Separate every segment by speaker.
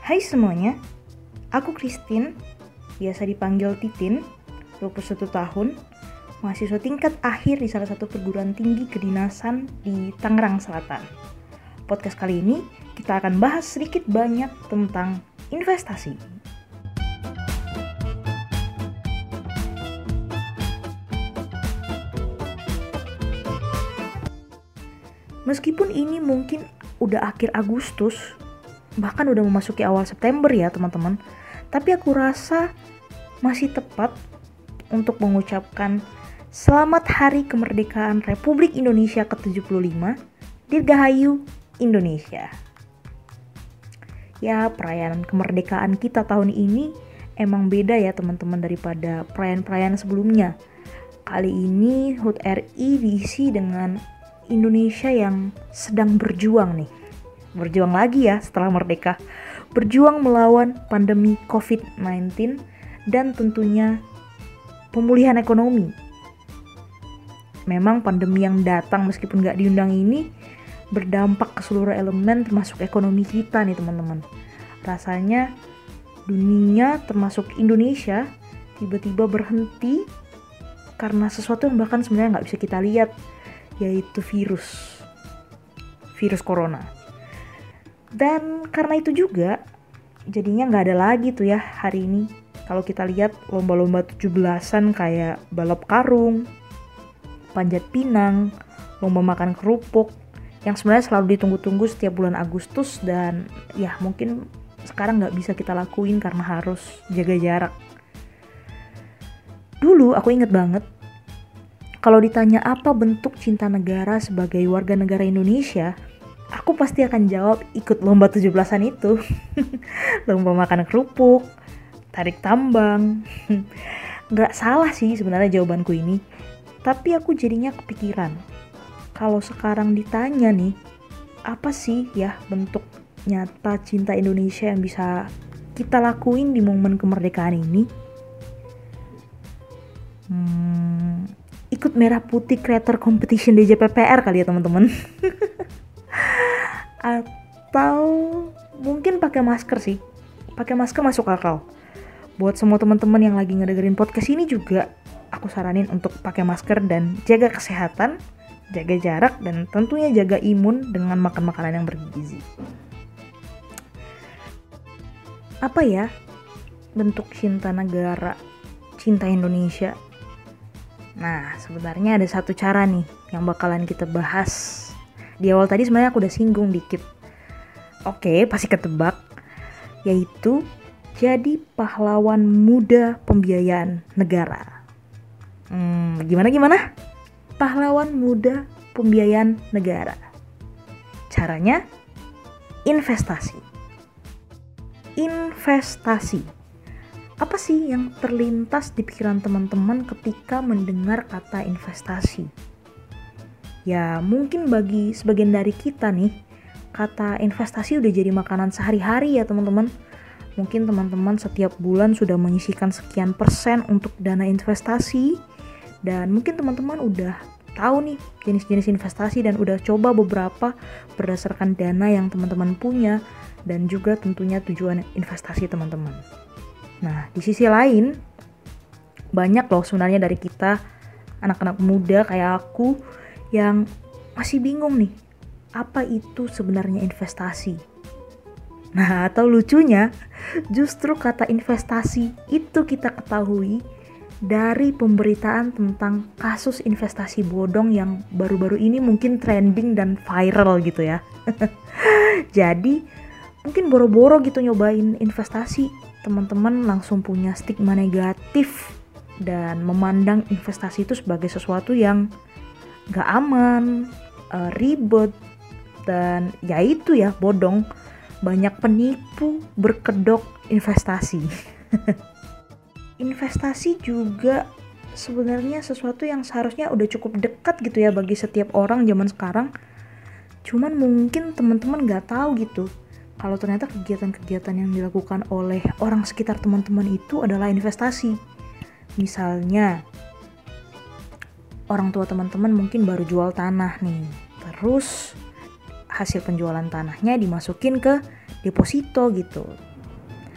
Speaker 1: Hai semuanya, aku Christine, biasa dipanggil Titin, 21 tahun, mahasiswa tingkat akhir di salah satu perguruan tinggi kedinasan di Tangerang Selatan. Podcast kali ini kita akan bahas sedikit banyak tentang investasi. Meskipun ini mungkin udah akhir Agustus, bahkan udah memasuki awal September ya teman-teman, tapi aku rasa masih tepat untuk mengucapkan Selamat Hari Kemerdekaan Republik Indonesia ke-75, Dirgahayu Indonesia. Ya, perayaan kemerdekaan kita tahun ini emang beda ya teman-teman daripada perayaan-perayaan sebelumnya. Kali ini HUT RI diisi dengan Indonesia yang sedang berjuang nih. Berjuang lagi ya setelah merdeka. Berjuang melawan pandemi COVID-19 dan tentunya pemulihan ekonomi. Memang pandemi yang datang meskipun gak diundang ini berdampak ke seluruh elemen termasuk ekonomi kita nih teman-teman. Rasanya dunia termasuk Indonesia tiba-tiba berhenti karena sesuatu yang bahkan sebenarnya gak bisa kita lihat, yaitu virus corona. Dan karena itu juga jadinya gak ada lagi tuh ya hari ini. Kalau kita lihat lomba-lomba 17-an kayak balap karung, panjat pinang, lomba makan kerupuk yang sebenarnya selalu ditunggu-tunggu setiap bulan Agustus dan ya mungkin sekarang gak bisa kita lakuin karena harus jaga jarak. Dulu aku inget banget kalau ditanya apa bentuk cinta negara sebagai warga negara Indonesia, aku pasti akan jawab ikut lomba 17-an itu. Lomba makan kerupuk, tarik tambang. Gak salah sih sebenarnya jawabanku ini. Tapi aku jadinya kepikiran. Kalau sekarang ditanya nih, apa sih ya bentuk nyata cinta Indonesia yang bisa kita lakuin di momen kemerdekaan ini? Ikut Merah Putih Creator Competition DJPPR kali ya teman-teman. Atau mungkin pakai masker sih. Pakai masker masuk akal. Buat semua teman-teman yang lagi ngedengerin podcast ini juga aku saranin untuk pakai masker dan jaga kesehatan, jaga jarak dan tentunya jaga imun dengan makan makanan yang bergizi. Apa ya bentuk cinta negara, cinta Indonesia? Nah, sebenarnya ada satu cara nih yang bakalan kita bahas. Di awal tadi sebenarnya aku udah singgung dikit. Oke, pasti ketebak. Yaitu jadi pahlawan muda pembiayaan negara. Gimana? Pahlawan muda pembiayaan negara. Caranya investasi. Apa sih yang terlintas di pikiran teman-teman ketika mendengar kata investasi? Ya mungkin bagi sebagian dari kita nih, kata investasi udah jadi makanan sehari-hari ya teman-teman. Mungkin teman-teman setiap bulan sudah menyisihkan sekian persen untuk dana investasi. Dan mungkin teman-teman udah tahu nih jenis-jenis investasi dan udah coba beberapa berdasarkan dana yang teman-teman punya. Dan juga tentunya tujuan investasi teman-teman. Nah, di sisi lain, banyak loh sebenarnya dari kita, anak-anak muda kayak aku, yang masih bingung nih, apa itu sebenarnya investasi? Nah, atau lucunya, justru kata investasi itu kita ketahui dari pemberitaan tentang kasus investasi bodong yang baru-baru ini mungkin trending dan viral gitu ya. Jadi, mungkin boro-boro gitu nyobain investasi, teman-teman langsung punya stigma negatif dan memandang investasi itu sebagai sesuatu yang gak aman, ribet, dan ya itu ya bodong. Banyak penipu berkedok investasi. Investasi juga sebenarnya sesuatu yang seharusnya udah cukup dekat gitu ya bagi setiap orang zaman sekarang. Cuman mungkin teman-teman gak tahu gitu kalau ternyata kegiatan-kegiatan yang dilakukan oleh orang sekitar teman-teman itu adalah investasi. Misalnya, orang tua teman-teman mungkin baru jual tanah nih. Terus hasil penjualan tanahnya dimasukin ke deposito gitu.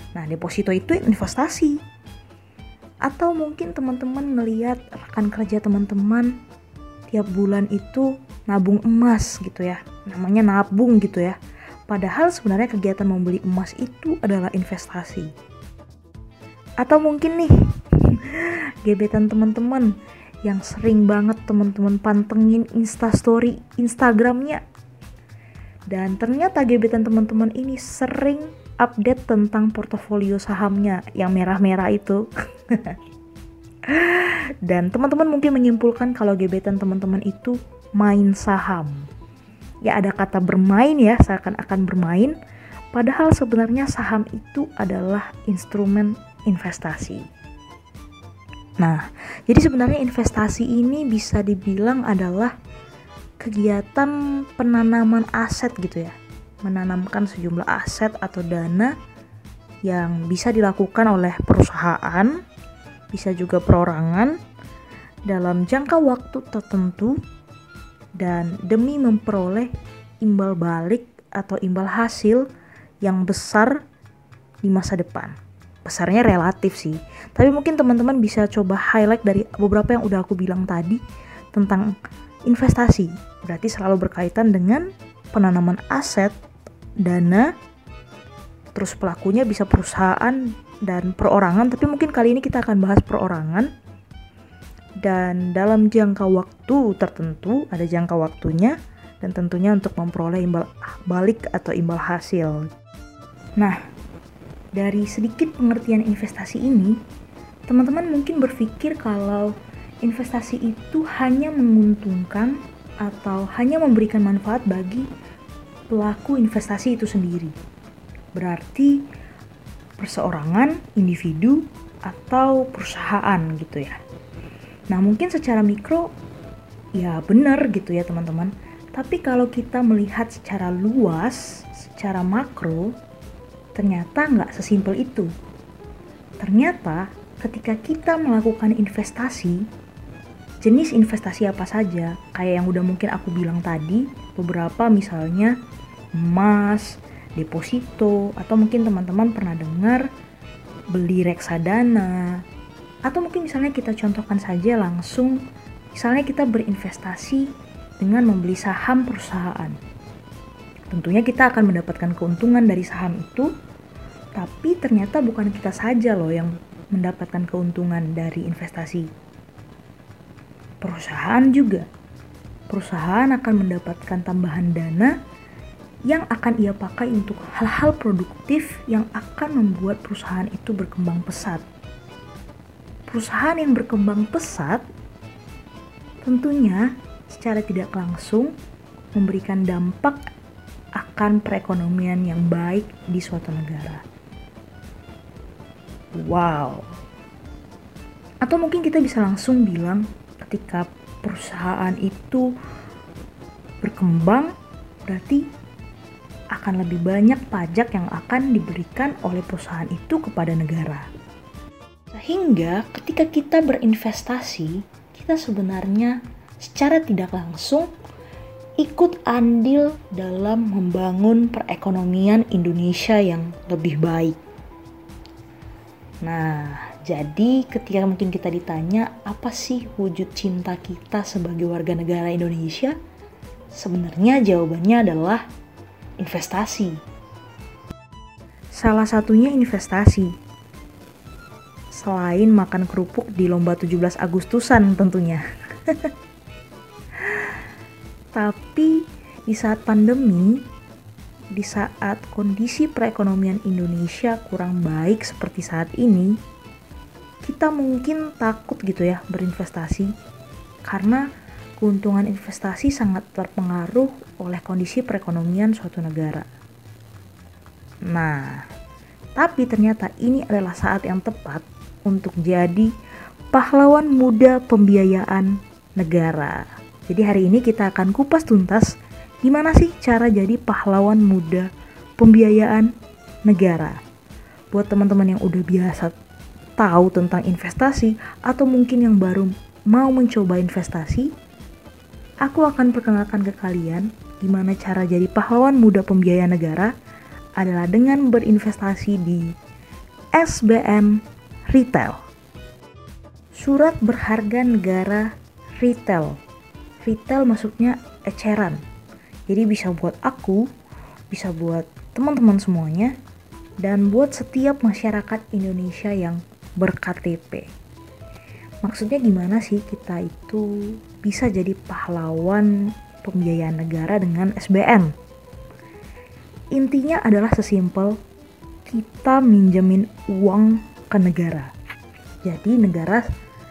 Speaker 1: Nah, deposito itu investasi. Atau mungkin teman-teman ngelihat rekan kerja teman-teman tiap bulan itu nabung emas gitu ya. Namanya nabung gitu ya. Padahal sebenarnya kegiatan membeli emas itu adalah investasi. Atau mungkin nih, gebetan teman-teman yang sering banget teman-teman pantengin Instastory Instagramnya. Dan ternyata gebetan teman-teman ini sering update tentang portofolio sahamnya yang merah-merah itu. Dan teman-teman mungkin menyimpulkan kalau gebetan teman-teman itu main saham. Ya ada kata bermain ya, seakan-akan bermain. Padahal sebenarnya saham itu adalah instrumen investasi. Nah, jadi sebenarnya investasi ini bisa dibilang adalah kegiatan penanaman aset gitu ya. Menanamkan sejumlah aset atau dana yang bisa dilakukan oleh perusahaan, bisa juga perorangan dalam jangka waktu tertentu dan demi memperoleh imbal balik atau imbal hasil yang besar di masa depan. Besarnya relatif sih, tapi mungkin teman-teman bisa coba highlight dari beberapa yang udah aku bilang tadi tentang investasi. Berarti selalu berkaitan dengan penanaman aset, dana, terus pelakunya bisa perusahaan dan perorangan, tapi mungkin kali ini kita akan bahas perorangan. Dan dalam jangka waktu tertentu, ada jangka waktunya, dan tentunya untuk memperoleh imbal balik atau imbal hasil. Nah, dari sedikit pengertian investasi ini, teman-teman mungkin berpikir kalau investasi itu hanya menguntungkan atau hanya memberikan manfaat bagi pelaku investasi itu sendiri. Berarti perseorangan, individu, atau perusahaan gitu ya. Nah, mungkin secara mikro ya benar gitu ya teman-teman. Tapi kalau kita melihat secara luas, secara makro, ternyata nggak sesimpel itu. Ternyata ketika kita melakukan investasi, jenis investasi apa saja, kayak yang udah mungkin aku bilang tadi, beberapa misalnya emas, deposito, atau mungkin teman-teman pernah dengar beli reksadana, atau mungkin misalnya kita contohkan saja langsung, misalnya kita berinvestasi dengan membeli saham perusahaan. Tentunya kita akan mendapatkan keuntungan dari saham itu, tapi ternyata bukan kita saja loh yang mendapatkan keuntungan dari investasi. Perusahaan juga. Perusahaan akan mendapatkan tambahan dana yang akan ia pakai untuk hal-hal produktif yang akan membuat perusahaan itu berkembang pesat. Perusahaan yang berkembang pesat tentunya secara tidak langsung memberikan dampak akan perekonomian yang baik di suatu negara. Wow. Atau mungkin kita bisa langsung bilang ketika perusahaan itu berkembang, berarti akan lebih banyak pajak yang akan diberikan oleh perusahaan itu kepada negara. Sehingga ketika kita berinvestasi, kita sebenarnya secara tidak langsung ikut andil dalam membangun perekonomian Indonesia yang lebih baik. Nah, jadi ketika mungkin kita ditanya apa sih wujud cinta kita sebagai warga negara Indonesia? Sebenarnya jawabannya adalah investasi. Salah satunya investasi. Selain makan kerupuk di lomba 17 Agustusan tentunya. Tapi di saat pandemi, di saat kondisi perekonomian Indonesia kurang baik seperti saat ini, kita mungkin takut gitu ya berinvestasi karena keuntungan investasi sangat terpengaruh oleh kondisi perekonomian suatu negara. Nah, tapi ternyata ini adalah saat yang tepat untuk jadi pahlawan muda pembiayaan negara. Jadi hari ini kita akan kupas tuntas gimana sih cara jadi pahlawan muda pembiayaan negara. Buat teman-teman yang udah biasa tahu tentang investasi atau mungkin yang baru mau mencoba investasi, aku akan perkenalkan ke kalian gimana cara jadi pahlawan muda pembiayaan negara adalah dengan berinvestasi di SBN Retail. Surat berharga negara retail. Retail maksudnya eceran. Jadi bisa buat aku, bisa buat teman-teman semuanya, dan buat setiap masyarakat Indonesia yang ber-KTP. Maksudnya gimana sih kita itu bisa jadi pahlawan pembiayaan negara dengan SBN? Intinya adalah sesimpel kita minjemin uang ke negara. Jadi negara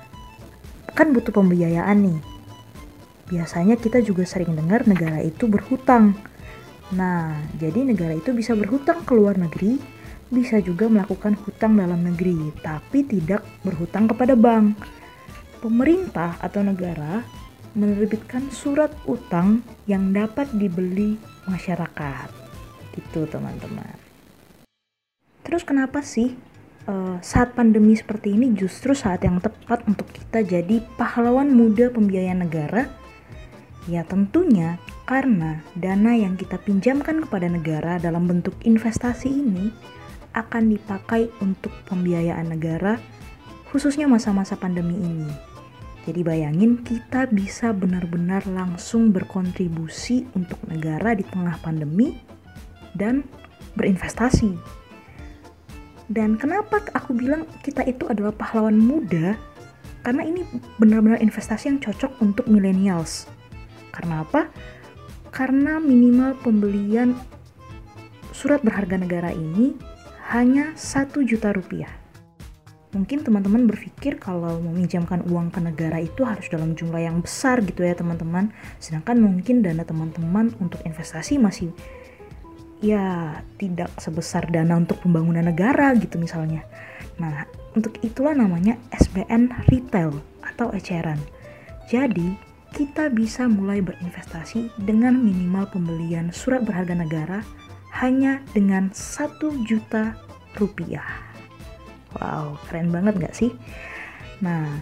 Speaker 1: kan butuh pembiayaan nih. Biasanya kita juga sering dengar negara itu berhutang. Nah, jadi negara itu bisa berhutang ke luar negeri, bisa juga melakukan hutang dalam negeri, tapi tidak berhutang kepada bank. Pemerintah atau negara menerbitkan surat utang yang dapat dibeli masyarakat. Gitu teman-teman. Terus kenapa sih saat pandemi seperti ini justru saat yang tepat untuk kita jadi pahlawan muda pembiayaan negara? Ya tentunya karena dana yang kita pinjamkan kepada negara dalam bentuk investasi ini akan dipakai untuk pembiayaan negara khususnya masa-masa pandemi ini. Jadi bayangin kita bisa benar-benar langsung berkontribusi untuk negara di tengah pandemi dan berinvestasi. Dan kenapa aku bilang kita itu adalah pahlawan muda? Karena ini benar-benar investasi yang cocok untuk millennials. Karena apa? Karena minimal pembelian surat berharga negara ini hanya 1 juta rupiah. Mungkin teman-teman berpikir kalau meminjamkan uang ke negara itu harus dalam jumlah yang besar gitu ya teman-teman. Sedangkan mungkin dana teman-teman untuk investasi masih ya tidak sebesar dana untuk pembangunan negara gitu misalnya. Nah, untuk itulah namanya SBN Retail atau eceran. Jadi, kita bisa mulai berinvestasi dengan minimal pembelian surat berharga negara hanya dengan 1 juta rupiah. Wow, keren banget gak sih? Nah,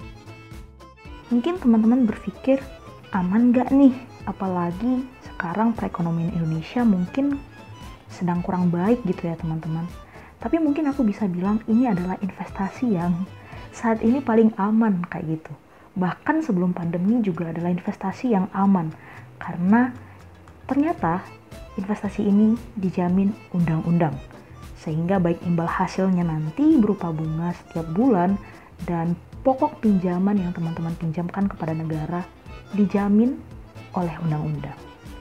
Speaker 1: mungkin teman-teman berpikir aman gak nih? Apalagi sekarang perekonomian Indonesia mungkin sedang kurang baik gitu ya teman-teman. Tapi mungkin aku bisa bilang ini adalah investasi yang saat ini paling aman kayak gitu. Bahkan sebelum pandemi juga adalah investasi yang aman. Karena ternyata investasi ini dijamin undang-undang. Sehingga baik imbal hasilnya nanti berupa bunga setiap bulan dan pokok pinjaman yang teman-teman pinjamkan kepada negara dijamin oleh undang-undang.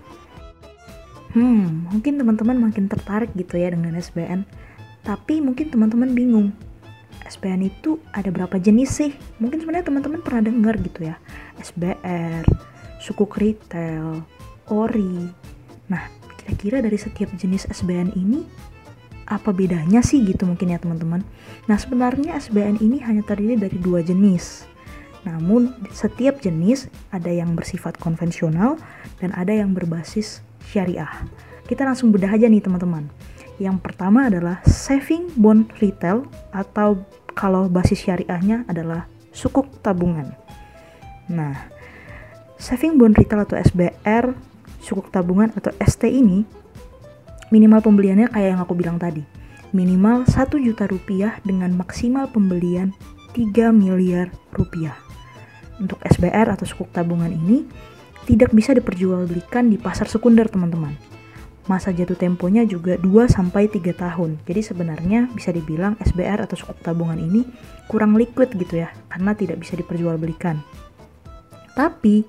Speaker 1: Mungkin teman-teman makin tertarik gitu ya dengan SBN. Tapi mungkin teman-teman bingung. SBN itu ada berapa jenis sih? Mungkin sebenarnya teman-teman pernah dengar gitu ya. SBR, sukuk retail, ori. Nah, kira-kira dari setiap jenis SBN ini apa bedanya sih gitu mungkin ya teman-teman. Nah, sebenarnya SBN ini hanya terdiri dari 2 jenis. Namun, setiap jenis ada yang bersifat konvensional dan ada yang berbasis syariah. Kita langsung bedah aja nih teman-teman. Yang pertama adalah saving bond retail atau kalau basis syariahnya adalah sukuk tabungan. Nah, saving bond retail atau SBR, sukuk tabungan atau ST ini minimal pembeliannya kayak yang aku bilang tadi. Minimal 1 juta rupiah dengan maksimal pembelian 3 miliar rupiah. Untuk SBR atau sukuk tabungan ini tidak bisa diperjualbelikan di pasar sekunder teman-teman. Masa jatuh temponya juga 2-3 tahun. Jadi sebenarnya bisa dibilang SBR atau sukuk tabungan ini kurang liquid gitu ya, karena tidak bisa diperjualbelikan. Tapi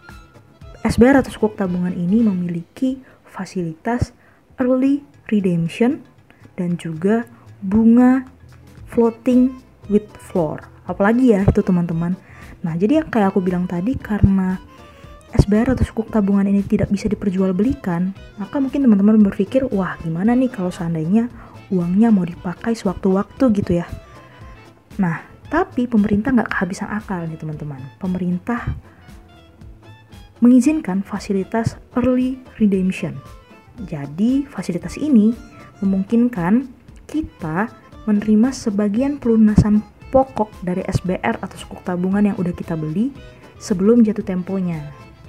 Speaker 1: SBR atau sukuk tabungan ini memiliki fasilitas early redemption dan juga bunga floating with floor. Apalagi ya itu teman-teman. Nah, jadi yang kayak aku bilang tadi, karena SBR atau sukuk tabungan ini tidak bisa diperjualbelikan, maka mungkin teman-teman berpikir, wah gimana nih kalau seandainya uangnya mau dipakai sewaktu-waktu gitu ya. Nah, tapi pemerintah nggak kehabisan akal nih teman-teman. Pemerintah mengizinkan fasilitas early redemption. Jadi, fasilitas ini memungkinkan kita menerima sebagian pelunasan pokok dari SBR atau sukuk tabungan yang udah kita beli sebelum jatuh temponya.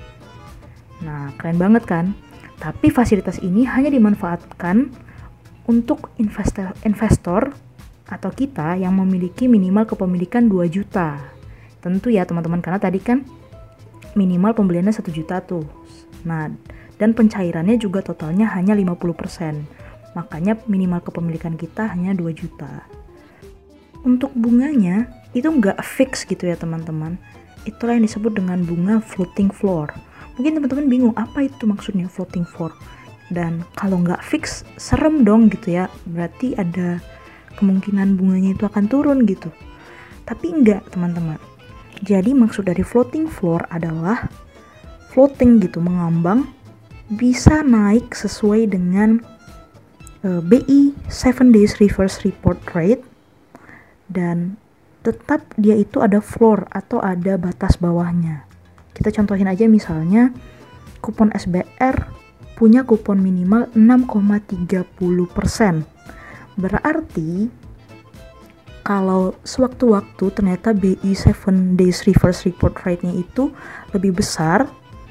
Speaker 1: Nah, keren banget kan? Tapi fasilitas ini hanya dimanfaatkan untuk investor atau kita yang memiliki minimal kepemilikan 2 juta. Tentu ya teman-teman, karena tadi kan minimal pembeliannya 1 juta tuh. Nah, dan pencairannya juga totalnya hanya 50%. Makanya minimal kepemilikan kita hanya 2 juta. Untuk bunganya itu nggak fix gitu ya teman-teman. Itulah yang disebut dengan bunga floating floor. Mungkin teman-teman bingung apa itu maksudnya floating floor. Dan kalau nggak fix, serem dong gitu ya. Berarti ada kemungkinan bunganya itu akan turun gitu. Tapi enggak teman-teman. Jadi maksud dari floating floor adalah floating gitu, mengambang, bisa naik sesuai dengan BI 7 days reverse report rate, dan tetap dia itu ada floor atau ada batas bawahnya. Kita contohin aja misalnya kupon SBR punya kupon minimal 6,30%. Berarti kalau sewaktu-waktu ternyata BI 7 days reverse report rate-nya itu lebih besar,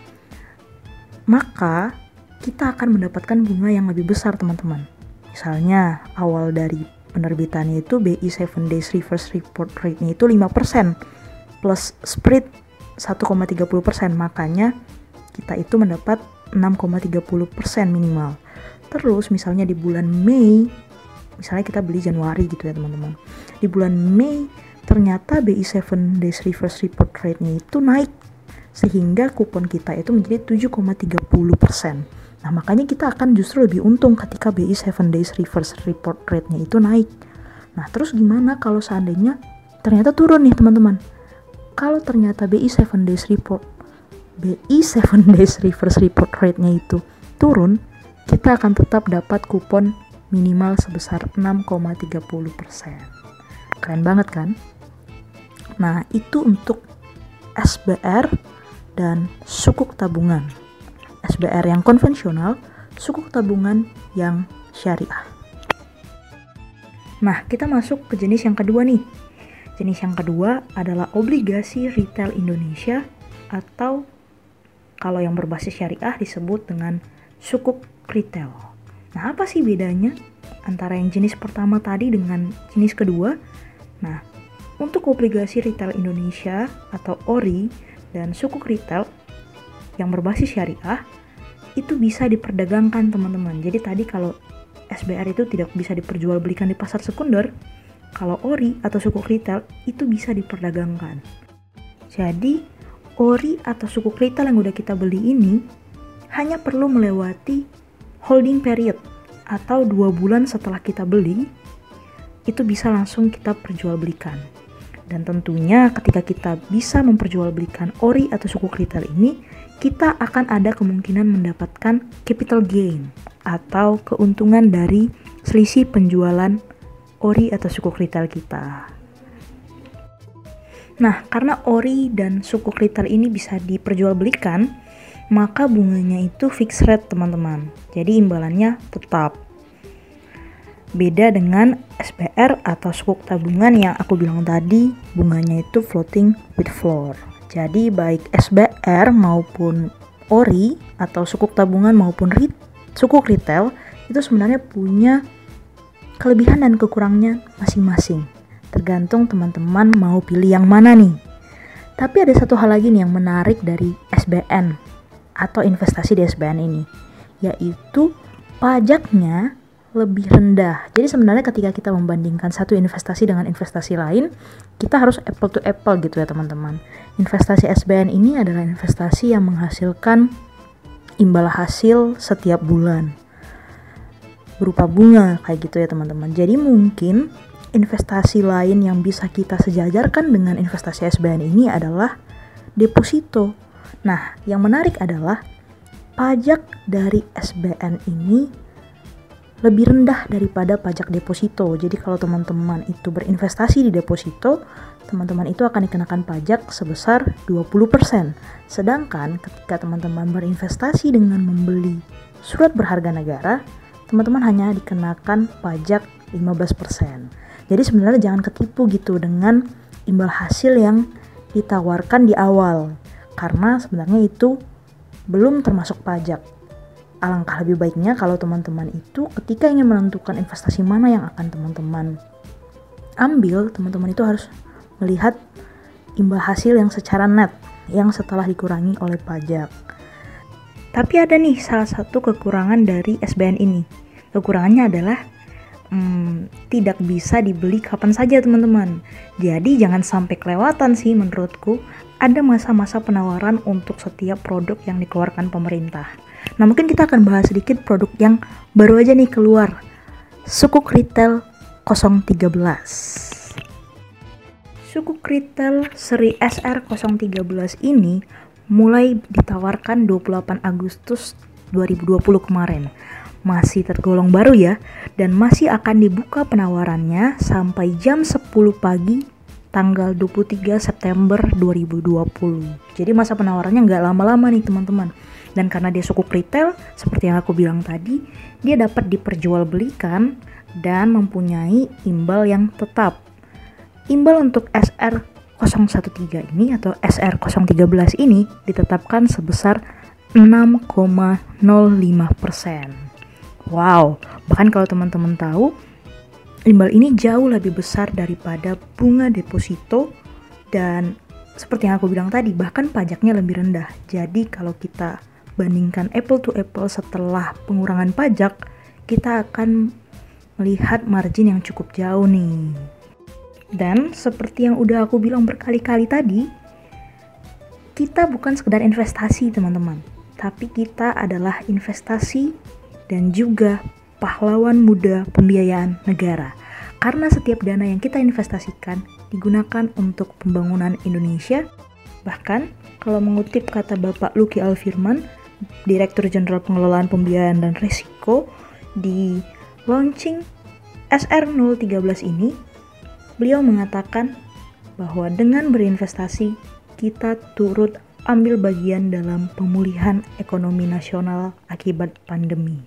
Speaker 1: maka kita akan mendapatkan bunga yang lebih besar teman-teman. Misalnya awal dari penerbitannya itu BI 7 days reverse report rate-nya itu 5% plus spread 1,30%, makanya kita itu mendapat 6,30% minimal. Terus misalnya di bulan Mei, misalnya kita beli Januari gitu ya teman-teman, di bulan Mei ternyata BI 7 days reverse report rate-nya itu naik sehingga kupon kita itu menjadi 7,30%. Nah makanya kita akan justru lebih untung ketika BI 7 days reverse report rate-nya itu naik. Nah terus gimana kalau seandainya ternyata turun nih teman-teman? Kalau ternyata BI 7 days reverse report rate-nya itu turun, kita akan tetap dapat kupon minimal sebesar 6,30%. Keren banget kan? Nah, itu untuk SBR dan sukuk tabungan. SBR yang konvensional, sukuk tabungan yang syariah. Nah, kita masuk ke jenis yang kedua nih. Jenis yang kedua adalah obligasi retail Indonesia, atau kalau yang berbasis syariah disebut dengan sukuk retail. Nah, apa sih bedanya antara yang jenis pertama tadi dengan jenis kedua? Nah, untuk obligasi retail Indonesia atau ORI dan sukuk retail yang berbasis syariah itu bisa diperdagangkan teman-teman. Jadi tadi kalau SBR itu tidak bisa diperjualbelikan di pasar sekunder, kalau ORI atau sukuk retail itu bisa diperdagangkan. Jadi ORI atau sukuk retail yang udah kita beli ini hanya perlu melewati holding period atau 2 bulan setelah kita beli, itu bisa langsung kita perjualbelikan. Dan tentunya ketika kita bisa memperjualbelikan ORI atau sukuk retail ini, kita akan ada kemungkinan mendapatkan capital gain atau keuntungan dari selisih penjualan ORI atau sukuk retail kita. Nah, karena ORI dan sukuk retail ini bisa diperjualbelikan, maka bunganya itu fixed rate teman-teman. Jadi imbalannya tetap. Beda dengan SBR atau sukuk tabungan yang aku bilang tadi, bunganya itu floating with floor. Jadi baik SBR maupun ORI atau sukuk tabungan maupun sukuk retail itu sebenarnya punya kelebihan dan kekurangannya masing-masing. Tergantung teman-teman mau pilih yang mana nih. Tapi ada satu hal lagi nih yang menarik dari SBN atau investasi di SBN ini, yaitu pajaknya lebih rendah. Jadi sebenarnya ketika kita membandingkan satu investasi dengan investasi lain, kita harus apple to apple gitu ya teman-teman. Investasi SBN ini adalah investasi yang menghasilkan imbal hasil setiap bulan berupa bunga kayak gitu ya teman-teman. Jadi mungkin investasi lain yang bisa kita sejajarkan dengan investasi SBN ini adalah deposito. Nah, yang menarik adalah pajak dari SBN ini lebih rendah daripada pajak deposito. Jadi kalau teman-teman itu berinvestasi di deposito, teman-teman itu akan dikenakan pajak sebesar 20%. Sedangkan ketika teman-teman berinvestasi dengan membeli surat berharga negara, teman-teman hanya dikenakan pajak 15%. Jadi sebenarnya jangan ketipu gitu dengan imbal hasil yang ditawarkan di awal, karena sebenarnya itu belum termasuk pajak. Alangkah lebih baiknya kalau teman-teman itu ketika ingin menentukan investasi mana yang akan teman-teman ambil, teman-teman itu harus melihat imbal hasil yang secara net, yang setelah dikurangi oleh pajak. Tapi ada nih salah satu kekurangan dari SBN ini. Kekurangannya adalah tidak bisa dibeli kapan saja teman-teman. Jadi jangan sampai kelewatan sih menurutku. Ada masa-masa penawaran untuk setiap produk yang dikeluarkan pemerintah. Nah mungkin kita akan bahas sedikit produk yang baru aja nih keluar. Sukuk Retail 013. Sukuk Retail seri SR013 ini mulai ditawarkan 28 Agustus 2020 kemarin. Masih tergolong baru ya, dan masih akan dibuka penawarannya sampai jam 10 pagi tanggal 23 September 2020. Jadi masa penawarannya nggak lama-lama nih teman-teman. Dan karena dia sukuk retail, seperti yang aku bilang tadi, dia dapat diperjualbelikan dan mempunyai imbal yang tetap. Imbal untuk SR013 ini atau SR013 ini ditetapkan sebesar 6,05%. Wow, bahkan kalau teman-teman tahu, imbal ini jauh lebih besar daripada bunga deposito dan seperti yang aku bilang tadi, bahkan pajaknya lebih rendah. Jadi kalau kita bandingkan apple to apple setelah pengurangan pajak, kita akan melihat margin yang cukup jauh nih. Dan seperti yang udah aku bilang berkali-kali tadi, kita bukan sekedar investasi teman-teman, tapi kita adalah investasi dan juga pahlawan muda pembiayaan negara. Karena setiap dana yang kita investasikan digunakan untuk pembangunan Indonesia. Bahkan kalau mengutip kata Bapak Luki Alfirman, Direktur Jenderal Pengelolaan Pembiayaan dan Risiko, di launching SR013 ini, beliau mengatakan bahwa dengan berinvestasi, kita turut ambil bagian dalam pemulihan ekonomi nasional akibat pandemi.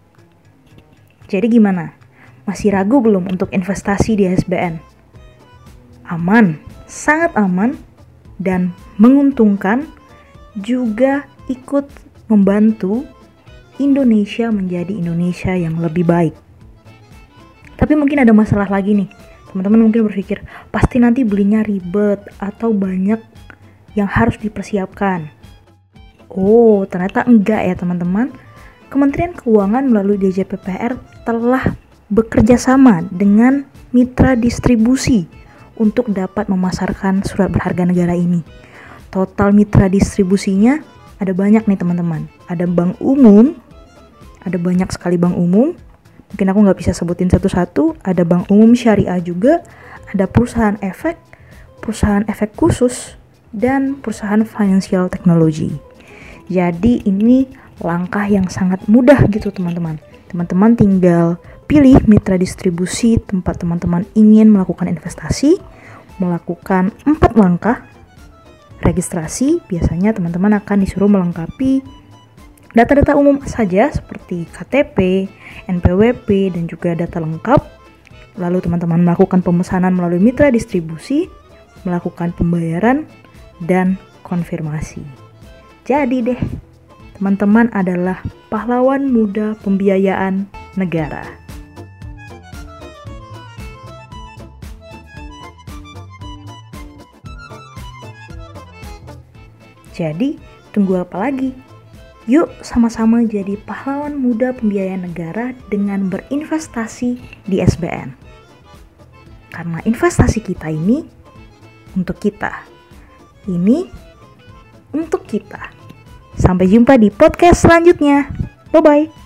Speaker 1: Jadi gimana? Masih ragu belum untuk investasi di SBN? Aman, sangat aman, dan menguntungkan, juga ikut membantu Indonesia menjadi Indonesia yang lebih baik. Tapi mungkin ada masalah lagi nih. Teman-teman mungkin berpikir, pasti nanti belinya ribet atau banyak yang harus dipersiapkan. Oh, ternyata enggak ya teman-teman. Kementerian Keuangan melalui DJPPR telah bekerja sama dengan mitra distribusi untuk dapat memasarkan surat berharga negara ini. Total mitra distribusinya ada banyak nih teman-teman. Ada bank umum, ada banyak sekali bank umum. Mungkin aku nggak bisa sebutin satu-satu. Ada bank umum syariah juga, ada perusahaan efek khusus, dan perusahaan financial technology. Jadi ini langkah yang sangat mudah gitu teman-teman. Teman-teman tinggal pilih mitra distribusi tempat teman-teman ingin melakukan investasi, melakukan 4 langkah registrasi. Biasanya teman-teman akan disuruh melengkapi data-data umum saja seperti KTP, NPWP, dan juga data lengkap. Lalu teman-teman melakukan pemesanan melalui mitra distribusi, melakukan pembayaran, dan konfirmasi. Jadi deh, teman-teman adalah pahlawan muda pembiayaan negara. Jadi, tunggu apa lagi? Yuk sama-sama jadi pahlawan muda pembiayaan negara dengan berinvestasi di SBN. Karena investasi kita ini untuk kita. Ini untuk kita. Sampai jumpa di podcast selanjutnya. Bye-bye.